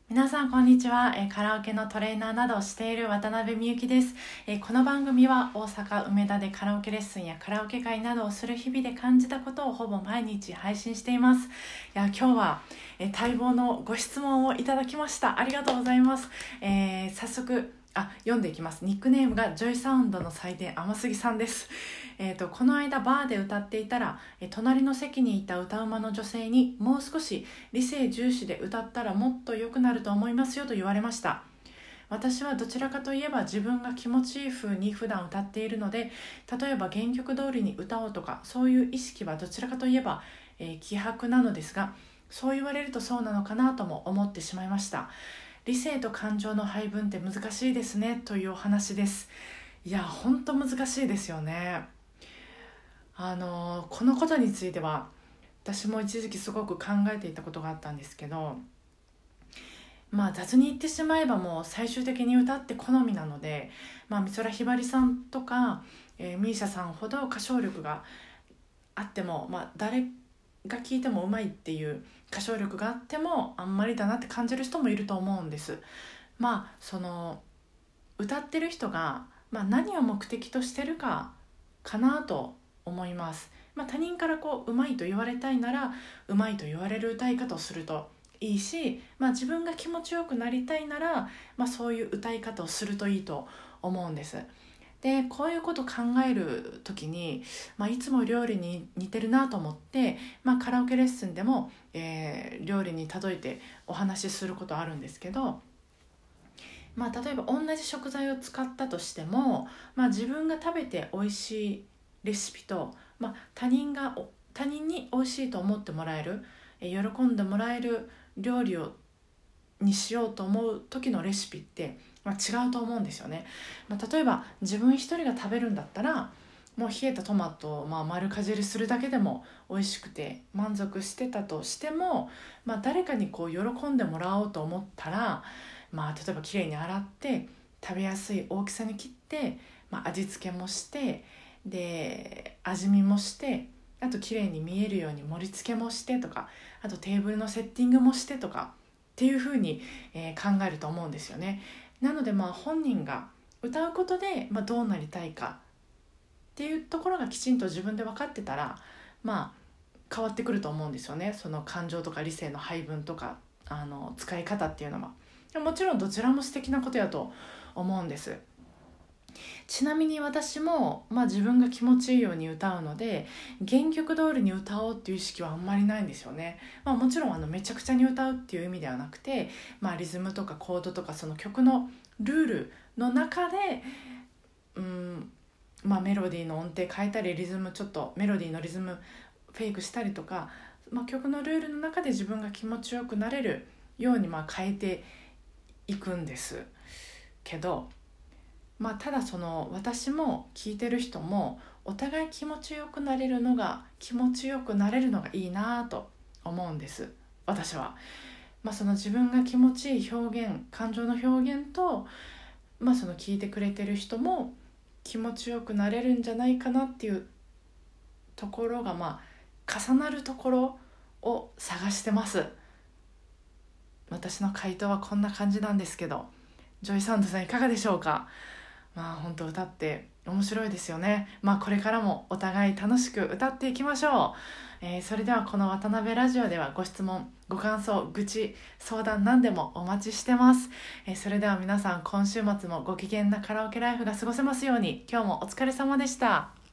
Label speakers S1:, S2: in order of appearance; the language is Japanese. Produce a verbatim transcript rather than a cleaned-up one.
S1: 皆さんこんにちは、えーカラオケのトレーナーなどをしている渡辺美幸です。えーこの番組は大阪梅田でカラオケレッスンやカラオケ会などをする日々で感じたことをほぼ毎日配信しています。いや今日は、えー待望のご質問をいただきました。ありがとうございます。えー早速あ読んでいきます。ニックネームがジョイサウンドの祭典甘杉さんです。えー、とこの間バーで歌っていたら、えー隣の席にいた歌うまの女性にもう少し理性重視で歌ったらもっと良くなると思いますよと言われました。私はどちらかといえば自分が気持ちいい風に普段歌っているので、例えば原曲通りに歌おうとかそういう意識はどちらかといえば、えー希薄なのですが、そう言われるとそうなのかなとも思ってしまいました。理性と感情の配分って難しいですねというお話です。いや本当難しいですよね。あのこのことについては私も一時期すごく考えていたことがあったんですけど、まあ雑に言ってしまえばもう最終的に歌って好みなので、まあ、美空ひばりさんとか、えー、ミーシャさんほど歌唱力があっても、まあ、誰が聴いてもうまいっていう歌唱力があってもあんまりだなって感じる人もいると思うんです。まあその歌ってる人が、まあ、何を目的としてるかかなと思います。まあ、他人からこううまいと言われたいならうまいと言われる歌い方をするといいし、まあ、自分が気持ちよくなりたいなら、まあ、そういう歌い方をするといいと思うんです。でこういうことを考える時に、まあ、いつも料理に似てるなと思って、まあ、カラオケレッスンでも、えー料理に例えてお話しすることあるんですけど、まあ、例えば同じ食材を使ったとしても、まあ、自分が食べて美味しいレシピと、まあ、他人が他人に美味しいと思ってもらえる、え喜んでもらえる料理をにしようと思う時のレシピって、まあ、違うと思うんですよね。まあ、例えば自分一人が食べるんだったらもう冷えたトマトをまあ丸かじりするだけでも美味しくて満足してたとしても、まあ、誰かにこう喜んでもらおうと思ったら、まあ、例えばきれいに洗って食べやすい大きさに切って、まあ、味付けもしてで味見もして、あときれいに見えるように盛り付けもしてとか、あとテーブルのセッティングもしてとかっていうふうに、えー考えると思うんですよね。なのでまあ本人が歌うことで、まあ、どうなりたいかっていうところがきちんと自分で分かってたら、まあ変わってくると思うんですよね。その感情とか理性の配分とかあの使い方っていうのはもちろんどちらも素敵なことやと思うんです。ちなみに私も、まあ、自分が気持ちいいように歌うので原曲通りに歌おうっていう意識はあんまりないんですよね。まあ、もちろんあのめちゃくちゃに歌うっていう意味ではなくて、まあ、リズムとかコードとかその曲のルールの中でうんまあ、メロディーの音程変えたりリズムちょっとメロディーのリズムフェイクしたりとか、まあ、曲のルールの中で自分が気持ちよくなれるようにまあ変えていくんですけど、まあ、ただその私も聴いてる人もお互い気持ちよくなれるのが気持ちよくなれるのがいいなと思うんです私は。まあ、その自分が気持ちいい表現感情の表現と、まあ、その聴いてくれてる人も気持ちよくなれるんじゃないかなっていうところが、まあ重なるところを探してます。私の回答はこんな感じなんですけど、ジョイサンドさんいかがでしょうか。まあ本当歌って面白いですよね。まあこれからもお互い楽しく歌っていきましょう。えーそれではこの渡辺ラジオではご質問ご感想愚痴相談何でもお待ちしてます。えーそれでは皆さん今週末もご機嫌なカラオケライフが過ごせますように。今日もお疲れ様でした。